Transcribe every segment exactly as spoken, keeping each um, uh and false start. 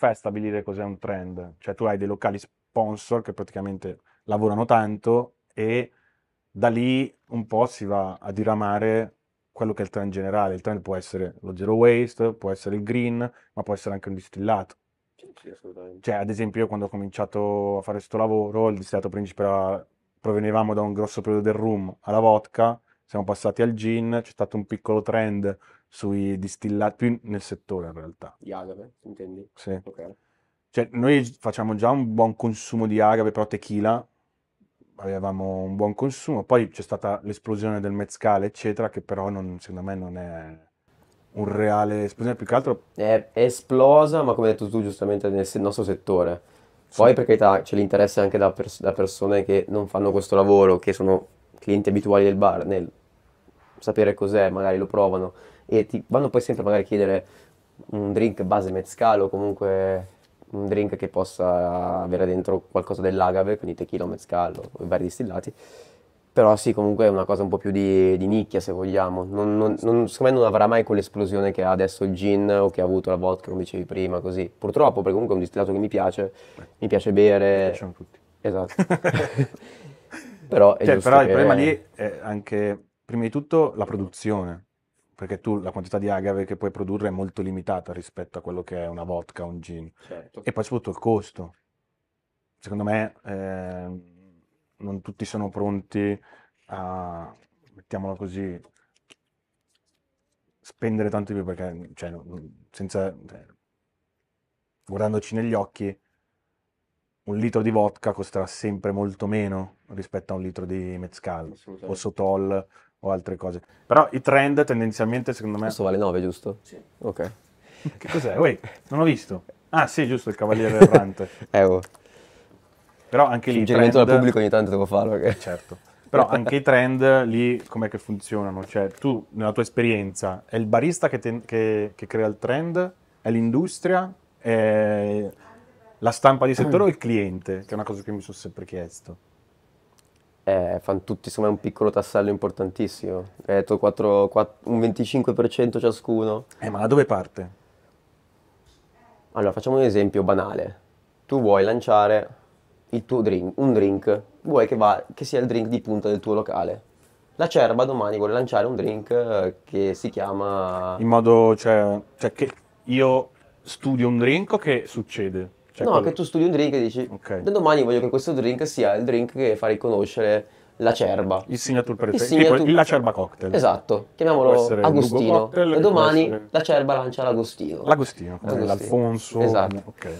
fai a stabilire cos'è un trend? Cioè tu hai dei locali sponsor che praticamente lavorano tanto e da lì un po' si va a diramare quello che è il trend generale. Il trend può essere lo zero waste, può essere il green, ma può essere anche un distillato. Sì, sì, assolutamente. Cioè, ad esempio, io quando ho cominciato a fare questo lavoro, il distillato principe era, provenivamo da un grosso periodo del rum alla vodka, siamo passati al gin, c'è stato un piccolo trend sui distillati, più nel settore in realtà. Di agave, intendi? Sì. Ok. Cioè, noi facciamo già un buon consumo di agave, però tequila avevamo un buon consumo, poi c'è stata l'esplosione del mezcale, eccetera, che però non- secondo me non è un reale esplosione, più che altro È è esplosa, ma come hai detto tu giustamente nel se- nostro settore. sì. Poi per carità c'è l'interesse anche da, pers- da persone che non fanno questo lavoro, che sono clienti abituali del bar, nel sapere cos'è, magari lo provano e ti vanno poi sempre magari a chiedere un drink base mezcal o comunque un drink che possa avere dentro qualcosa dell'agave, quindi tequila o mezcal o i vari distillati. Però sì, comunque è una cosa un po' più di, di nicchia se vogliamo. Non, non- non- secondo me non avrà mai quell'esplosione che ha adesso il gin o che ha avuto la vodka, come dicevi prima, così. Purtroppo, perché comunque è un distillato che mi piace, Eh, mi piace Mi bere. piacciono tutti. Esatto. Però è Cioè, giusto però il problema lì che. è anche, prima di tutto, la produzione, perché tu la quantità di agave che puoi produrre è molto limitata rispetto a quello che è una vodka o un gin. Certo. E poi soprattutto il costo. Secondo me, ehm, non tutti sono pronti a, mettiamola così, spendere tanto di più perché, cioè, non- senza, cioè, guardandoci negli occhi, un litro di vodka costerà sempre molto meno rispetto a un litro di mezcal o Assolutamente. sotol o altre cose. Però i trend tendenzialmente, secondo me... Questo vale nove, giusto? Sì. Ok. Che cos'è? Uè, non ho visto. Ah sì, giusto, il Cavaliere Errante. Eh, oh. Però anche lì i Suggerimento dal trend... pubblico ogni tanto devo farlo Eh, perché. certo. Però anche i trend lì com'è che funzionano? Cioè, tu, nella tua esperienza, è il barista che, te- che- che crea il trend? È l'industria? È la stampa di settore o il cliente? Che è una cosa che mi sono sempre chiesto. Eh, fanno tutti, secondo me, un piccolo tassello importantissimo. Hai detto quattro, quatt- un venticinque per cento ciascuno. Eh, ma da dove parte? Allora, facciamo un esempio banale. Tu vuoi lanciare il tuo drink, un drink, vuoi che, va- che sia il drink di punta del tuo locale. La Cerba domani vuole lanciare un drink eh, che si chiama. In modo, cioè, cioè che io studio un drink o che succede? Cioè, No, che quello... tu studi un drink e dici, Ok. da domani voglio che questo drink sia il drink che fa riconoscere la Cerba. Il signature Il preferito. Tipo signature. il Lacerba Cocktail. Esatto, Può chiamiamolo essere il Lugo Agostino. Cocktail Da e può domani essere la Cerba lancia l'Agostino. l'Agostino, come Agostino. l'Alfonso. Esatto. Come... Ok.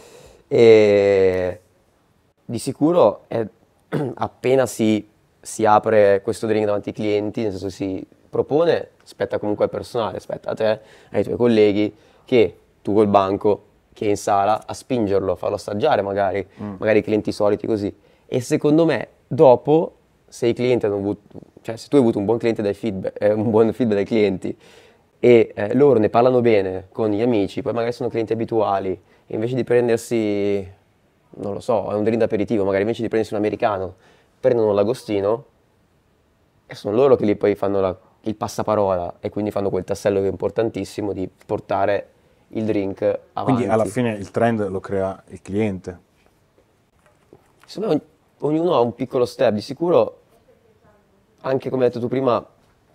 E di sicuro è- appena si, si apre questo drink davanti ai clienti, nel senso si propone, spetta comunque al personale, spetta a te, ai tuoi colleghi, che tu col banco, che è in sala, a spingerlo, a farlo assaggiare magari, Mm. magari i clienti soliti così. E secondo me, dopo, se i clienti hanno avuto, cioè se tu hai avuto un buon cliente dai feedback, eh, un buon feedback dai clienti e eh, loro ne parlano bene con gli amici, poi magari sono clienti abituali, e invece di prendersi, non lo so, è un drink aperitivo, magari invece di prendersi un americano, prendono l'agostino e sono loro che lì poi fanno la- il passaparola e quindi fanno quel tassello che è importantissimo di portare il drink Quindi alla avanti. fine il trend lo crea il cliente. Secondo me ogn- ognuno ha un piccolo step, di sicuro anche come hai detto tu prima,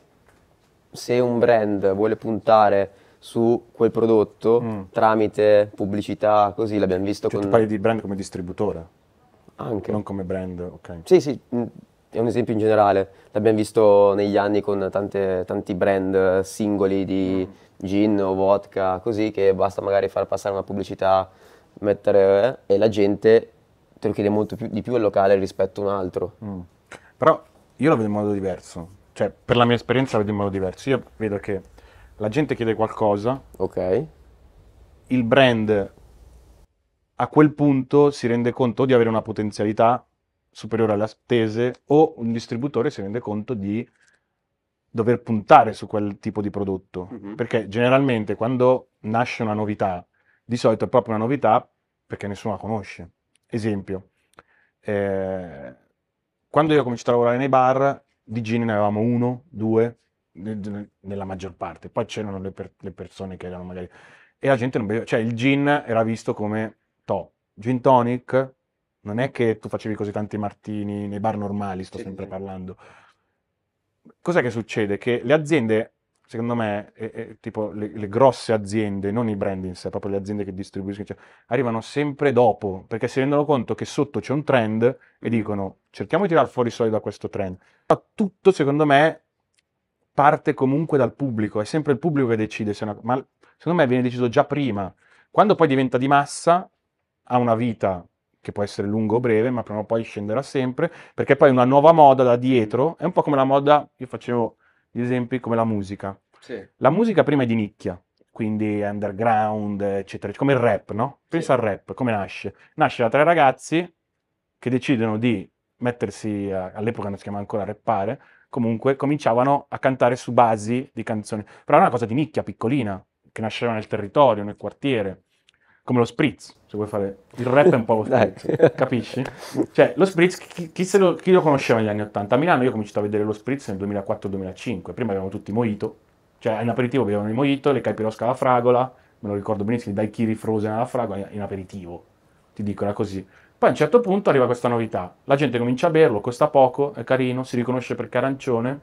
se un brand vuole puntare su quel prodotto Mm. tramite pubblicità, così l'abbiamo visto Cioè tu con parli di brand come distributore, anche. non come brand, ok. Sì, sì, mh, è un esempio in generale. L'abbiamo visto negli anni con tante- tanti brand eh, singoli di gin o vodka, così che basta magari far passare una pubblicità, mettere eh, e la gente te lo chiede molto più, di più al locale rispetto a un altro. Mm. Però io la vedo in modo diverso, cioè per la mia esperienza la vedo in modo diverso. Io vedo che la gente chiede qualcosa, Ok? il brand a quel punto si rende conto di avere una potenzialità superiore alle attese o un distributore si rende conto di dover puntare su quel tipo di prodotto. Mhm. Perché generalmente quando nasce una novità, di solito è proprio una novità perché nessuno la conosce. Esempio, eh, quando io ho cominciato a lavorare nei bar, di gin ne avevamo uno, due, ne- ne- nella maggior parte. Poi c'erano le, per- le persone che erano magari... e la gente non beveva, cioè il gin era visto come to, gin tonic, non è che tu facevi così tanti martini nei bar normali, sto Sì, sì, sempre sì. parlando. Cos'è che succede? Che le aziende, secondo me, eh, eh, tipo le, le grosse aziende, non i brand in sé, proprio le aziende che distribuiscono, cioè, arrivano sempre dopo, perché si rendono conto che sotto c'è un trend e Mhm. dicono cerchiamo di tirare fuori i soldi da questo trend. Ma tutto, secondo me, parte comunque dal pubblico, è sempre il pubblico che decide, se una- ma secondo me viene deciso già prima. Quando poi diventa di massa, ha una vita che può essere lunga o breve, ma prima o poi scenderà sempre, perché poi una nuova moda da dietro, è un po' come la moda, io facevo gli esempi come la musica. Sì, La musica prima è di nicchia, quindi underground, eccetera, come il rap, no? sì. Pensa al rap, come nasce? Nasce da tre ragazzi che decidono di mettersi, a- all'epoca non si chiamava ancora rappare, comunque cominciavano a cantare su basi di canzoni. Però è una cosa di nicchia, piccolina, che nasceva nel territorio, nel quartiere, come lo spritz, se vuoi fare... Il rap è un po' lo Dai. spritz, capisci? Cioè, lo spritz, chi, chi se lo, chi lo conosceva negli anni ottanta? A Milano io ho cominciato a vedere lo spritz nel duemilaquattro-duemilacinque, prima avevamo tutti i mojito, cioè in aperitivo bevevano i mojito, le caipirosca alla fragola, me lo ricordo benissimo, i daiquiri frozen alla fragola in aperitivo, ti dico, era così. Poi a un certo punto arriva questa novità, la gente comincia a berlo, costa poco, è carino, si riconosce perché è arancione,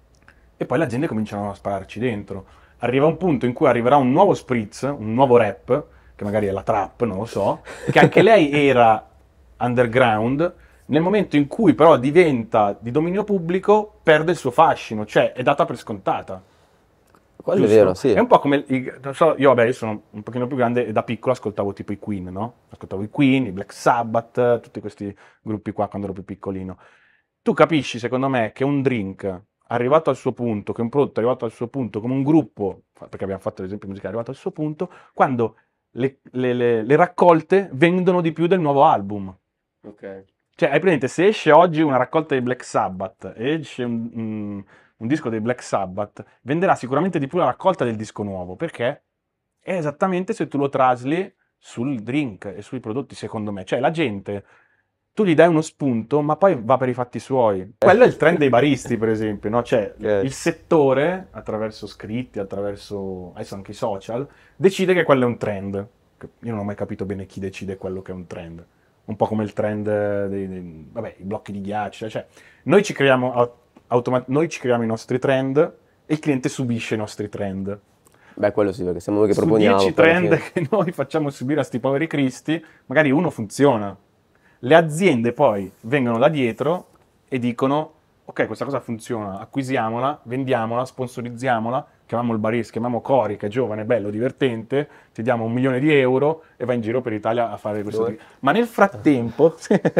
e poi le aziende cominciano a spararci dentro. Arriva un punto in cui arriverà un nuovo spritz, un nuovo rap, che magari è la trap, non lo so, che anche lei era underground, nel momento in cui però diventa di dominio pubblico, perde il suo fascino, cioè è data per scontata. Quello è vero, Giusto? È sì. un po' come, i- non so, io vabbè, io sono un pochino più grande e da piccolo ascoltavo tipo i Queen, no? Ascoltavo i Queen, i Black Sabbath, tutti questi gruppi qua quando ero più piccolino. Tu capisci, secondo me, che un drink arrivato al suo punto, che un prodotto è arrivato al suo punto, come un gruppo, perché abbiamo fatto l'esempio musicale, è arrivato al suo punto, quando le, le- le- le raccolte vendono di più del nuovo album. Ok. Cioè, hai presente, se esce oggi una raccolta di Black Sabbath e esce un, un- un disco dei Black Sabbath, venderà sicuramente di più la raccolta del disco nuovo, perché è esattamente se tu lo trasli sul drink e sui prodotti, secondo me. Cioè, la gente, tu gli dai uno spunto, ma poi va per i fatti suoi. Quello è il trend dei baristi, per esempio, no? Cioè, Ok. il settore, attraverso scritti, attraverso adesso anche i social, decide che quello è un trend. Io non ho mai capito bene chi decide quello che è un trend. Un po' come il trend dei, dei- vabbè, i blocchi di ghiaccio. Cioè, noi ci creiamo, au- automa- noi ci creiamo i nostri trend e il cliente subisce i nostri trend. Beh, quello sì, perché siamo noi che Su proponiamo, dieci poi alla trend fine. che noi facciamo subire a sti poveri cristi, magari uno funziona. Le aziende poi vengono da dietro e dicono: ok, questa cosa funziona, acquisiamola, vendiamola, sponsorizziamola, chiamiamo il barista, chiamiamo Cori, che è giovane, bello, divertente, ti diamo un milione di euro e vai in giro per l'Italia a fare questo. Dove? Di- Ma nel frattempo,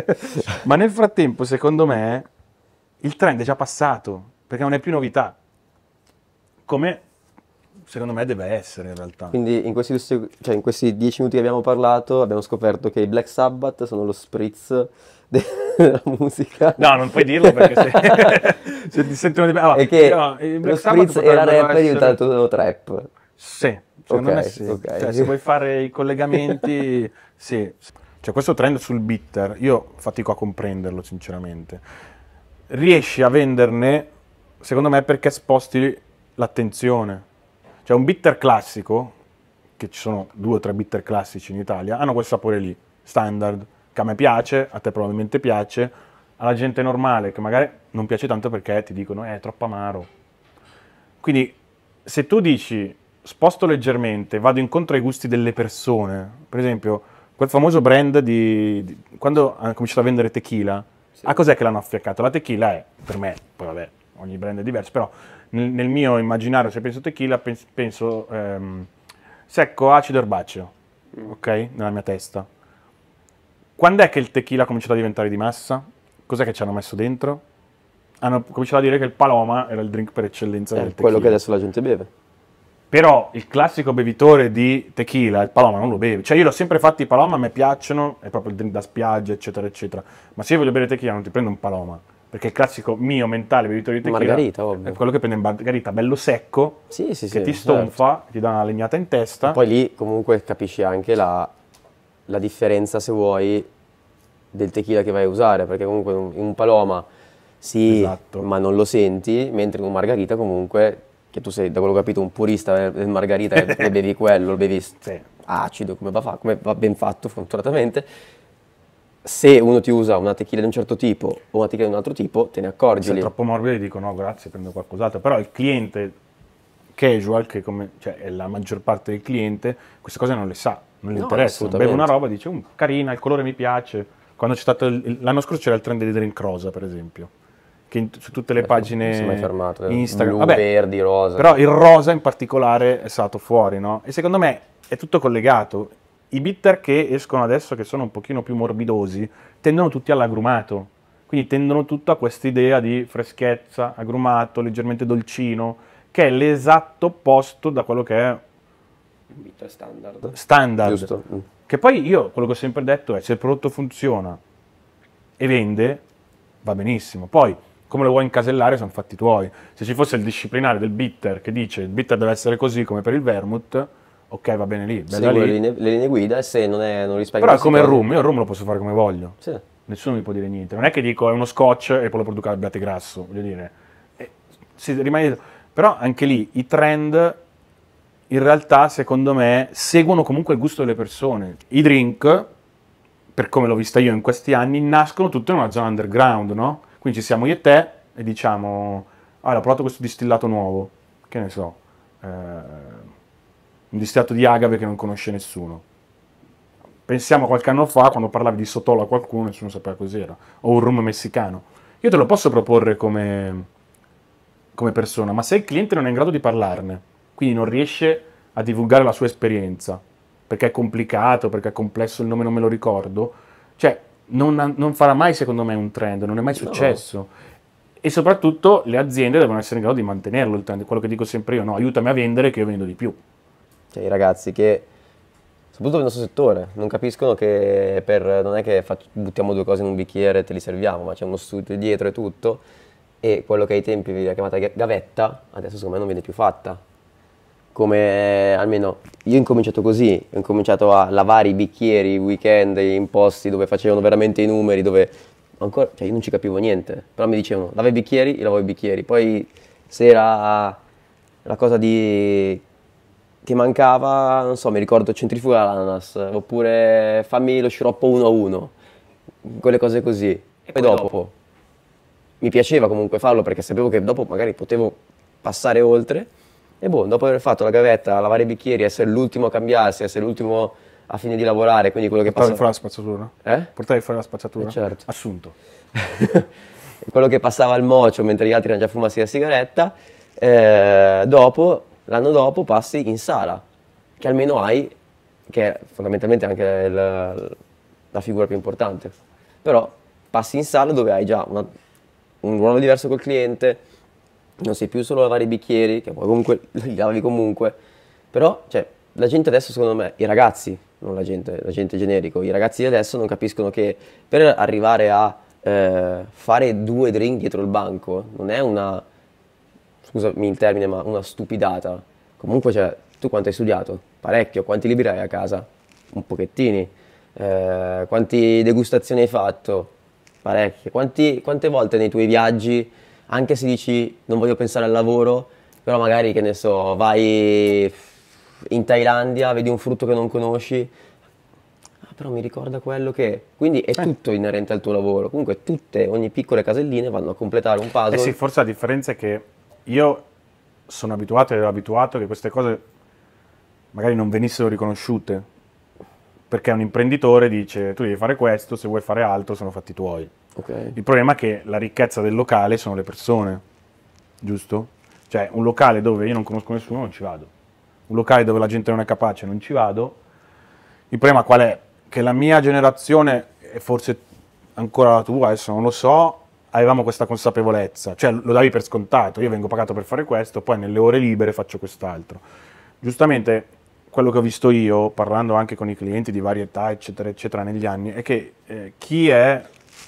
ma nel frattempo, secondo me, il trend è già passato, perché non è più novità, come secondo me deve essere in realtà. Quindi in questi, due sec- cioè, in questi dieci minuti che abbiamo parlato abbiamo scoperto che i Black Sabbath sono lo spritz della musica No, non puoi dirlo perché se, se ti sentono di... Allora, e che no, i lo Black Sabbath spritz era potrebbero rap e è essere... diventato trap. Sì, secondo me Ok, sì. Cioè, se ok. vuoi fare i collegamenti, sì. Cioè, questo trend sul bitter, io fatico a comprenderlo, sinceramente. Riesci a venderne, secondo me, perché sposti l'attenzione. Cioè, un bitter classico, che ci sono due o tre bitter classici in Italia, hanno quel sapore lì, standard, che a me piace, a te probabilmente piace, alla gente normale, che magari non piace tanto perché ti dicono, eh, è troppo amaro. Quindi, se tu dici, sposto leggermente, vado incontro ai gusti delle persone, per esempio, quel famoso brand di... di- quando hanno cominciato a vendere tequila, Sì. a cos'è che l'hanno affiaccato? La tequila è, per me, poi vabbè, ogni brand è diverso, però nel, nel mio immaginario, se penso tequila, pens- penso ehm, secco, acido, erbaceo, ok? Nella mia testa. Quando è che il tequila ha cominciato a diventare di massa? Cos'è che ci hanno messo dentro? Hanno cominciato a dire che il Paloma era il drink per eccellenza È del quello che tequila. adesso la gente beve. Però il classico bevitore di tequila, il Paloma, non lo beve. Cioè io l'ho sempre fatto i Paloma, a me piacciono, è proprio il drink da spiaggia, eccetera, eccetera. Ma se io voglio bere tequila non ti prendo un Paloma. Perché il classico mio mentale bevitore di tequila Margarita, è ovvio. quello che prende in Margarita, bello secco, Sì, sì, che sì, ti certo. stonfa, ti dà una legnata in E testa. poi lì comunque capisci anche la, la differenza, se vuoi, del tequila che vai a usare, perché comunque un, un Paloma sì, Esatto. ma non lo senti, mentre un Margarita comunque che tu sei, da quello che ho capito, un purista del margarita e bevi quello, lo bevi Sì. acido, come va, fa- come va ben fatto, fortunatamente. Se uno ti usa una tequila di un certo tipo o una tequila di un altro tipo, te ne accorgi Se è lì. troppo morbido gli dico no grazie, prendo qualcos'altro, però il cliente casual, che come, cioè, è la maggior parte del cliente, queste cose non le sa, non gli No, interessano, beve una assolutamente. roba e dice "Mm, carina, il colore mi piace". Quando c'è stato il- il- l'anno scorso c'era il trend dei drink rosa, per esempio, che in- su tutte le Non si è mai pagine fermato. eh. Instagram, Blu, vabbè, verdi, rosa. però il rosa in particolare è stato fuori, no? E secondo me è tutto collegato. I bitter che escono adesso, che sono un pochino più morbidosi, tendono tutti all'agrumato, quindi tendono tutto a questa idea di freschezza, agrumato, leggermente dolcino, che è l'esatto opposto da quello che è Bitter standard. standard. Giusto. Mm. Che poi io, quello che ho sempre detto è, se il prodotto funziona e vende, va benissimo. Poi, come lo vuoi incasellare, sono fatti tuoi. Se ci fosse il disciplinare del bitter che dice il bitter deve essere così come per il vermouth, ok, va bene lì, bella Seguo le lì. linee, le linee guida e se non, è, non rispecchia Però è queste come il cose- rum, io il rum lo posso fare come voglio. Sì. Nessuno mi può dire niente. Non è che dico è uno scotch e poi lo produco a abbiate grasso, voglio dire. Eh, si rimane... Però anche lì i trend in realtà secondo me seguono comunque il gusto delle persone. I drink, per come l'ho vista io in questi anni, nascono tutte in una zona underground, no? Quindi ci siamo io e te e diciamo, ah, ho provato questo distillato nuovo, che ne so, eh, un distillato di agave che non conosce nessuno. Pensiamo a qualche anno fa, quando parlavi di Sotolo a qualcuno, nessuno sapeva cos'era, o un rum messicano. Io te lo posso proporre come, come persona, ma se il cliente non è in grado di parlarne, quindi non riesce a divulgare la sua esperienza, perché è complicato, perché è complesso, il nome non me lo ricordo, cioè non, non farà mai secondo me un trend, non è mai successo. E soprattutto le aziende devono essere in grado di mantenerlo il trend, quello che dico sempre io, no, aiutami a vendere che io vendo di più. Cioè, i ragazzi che, soprattutto nel nostro settore, non capiscono che per, non è che fac- buttiamo due cose in un bicchiere e te li serviamo, ma c'è uno studio dietro e tutto, e quello che ai tempi veniva chiamata ga- gavetta, adesso secondo me non viene più fatta. Come, almeno, io ho incominciato così, ho incominciato a lavare i bicchieri, i weekend, in posti dove facevano veramente i numeri, dove ancora, cioè io non ci capivo niente, però mi dicevano, lava i bicchieri, io lavavo i bicchieri, poi se era la cosa di che mancava, non so, mi ricordo centrifuga l'ananas, oppure fammi lo sciroppo uno a uno, quelle cose così. E poi dopo mi piaceva comunque farlo perché sapevo che dopo magari potevo passare oltre. E boh, dopo aver fatto la gavetta, lavare i bicchieri, essere l'ultimo a cambiarsi, essere l'ultimo a fine di lavorare, quindi quello che Portavi passa... fuori la spazzatura? Eh? Portavi fuori la spazzatura? Eh, certo. Assunto. Quello che passava al mocio mentre gli altri erano già fumati la sigaretta, eh, dopo, l'anno dopo passi in sala, che almeno hai, che è fondamentalmente anche il- la figura più importante, però passi in sala dove hai già una- un ruolo diverso col cliente, non sei più solo a lavare i bicchieri, che poi comunque li lavi comunque, però cioè, la gente adesso secondo me, i ragazzi, non la gente, la gente generico, i ragazzi di adesso non capiscono che per arrivare a eh, fare due drink dietro il banco non è una, scusami il termine, ma una stupidata. Comunque, cioè, tu quanto hai studiato? Parecchio. Quanti libri hai a casa? Un pochettini. Eh, quanti degustazioni hai fatto? Parecchie. Quanti- quante volte nei tuoi viaggi, anche se dici non voglio pensare al lavoro, però magari, che ne so, vai in Thailandia, vedi un frutto che non conosci, ah, però mi ricorda quello che... Quindi è tutto inerente al tuo lavoro. Comunque tutte, ogni piccole caselline vanno a completare un puzzle. Eh sì, forse la differenza è che io sono abituato ed ero abituato che queste cose magari non venissero riconosciute, perché un imprenditore dice tu devi fare questo, se vuoi fare altro sono fatti tuoi. Ok. Il problema è che la ricchezza del locale sono le persone, giusto? Cioè un locale dove io non conosco nessuno non ci vado, un locale dove la gente non è capace non ci vado. Il problema qual è? Che la mia generazione, e forse ancora la tua, adesso non lo so, avevamo questa consapevolezza, cioè lo davi per scontato, io vengo pagato per fare questo, poi nelle ore libere faccio quest'altro. Giustamente quello che ho visto io, parlando anche con i clienti di varietà, eccetera, eccetera, negli anni, è che eh, chi è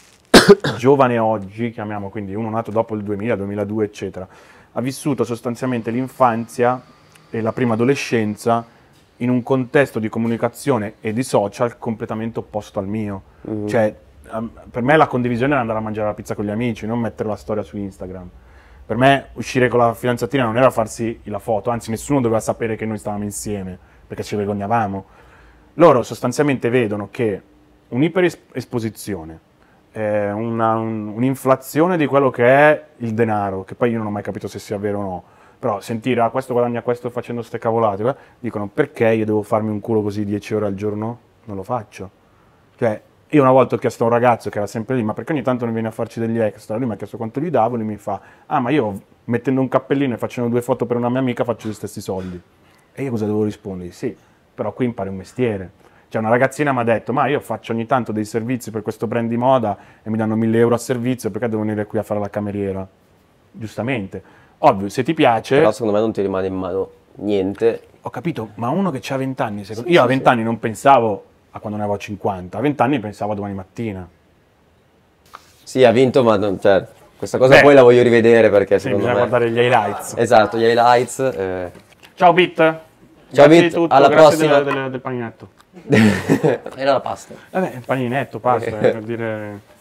giovane oggi, chiamiamo quindi uno nato dopo il duemila, duemiladue, eccetera, ha vissuto sostanzialmente l'infanzia e la prima adolescenza in un contesto di comunicazione e di social completamente opposto al mio. Cioè, um, per me la condivisione era andare a mangiare la pizza con gli amici, non mettere la storia su Instagram. Per me uscire con la fidanzatina non era farsi la foto, anzi nessuno doveva sapere che noi stavamo insieme, perché ci vergognavamo. Loro sostanzialmente vedono che un'iperesposizione, eh, una- un- un'inflazione di quello che è il denaro, che poi io non ho mai capito se sia vero o no, però sentire, ah, questo guadagna questo facendo ste cavolate, eh, dicono perché io devo farmi un culo così dieci ore al giorno? Non lo faccio. Cioè, io una volta ho chiesto a un ragazzo che era sempre lì, ma perché ogni tanto non viene a farci degli extra? Lui mi ha chiesto quanto gli davo, lui mi fa, ah, ma io mettendo un cappellino e facendo due foto per una mia amica faccio gli stessi soldi. E io cosa devo rispondere? Sì, però qui impari un mestiere. Cioè una ragazzina mi ha detto, ma io faccio ogni tanto dei servizi per questo brand di moda e mi danno mille euro a servizio, perché devo venire qui a fare la cameriera? Giustamente. Ovvio, se ti piace... Però secondo me non ti rimane in mano niente. Ho capito, ma uno che ha venti anni, secondo... Sì, io a sì, venti sì. anni non pensavo a quando ne avevo cinquanta, a venti anni pensavo a domani mattina. Sì, ha vinto, ma non, cioè, questa cosa Beh, poi la voglio rivedere perché sì, secondo bisogna me... guardare gli highlights. Esatto, gli highlights. eh. Ciao Bit, Ciao grazie Bit, di tutto, alla grazie prossima. del, del- del paninetto. Era la pasta. Vabbè, paninetto, pasta, per dire...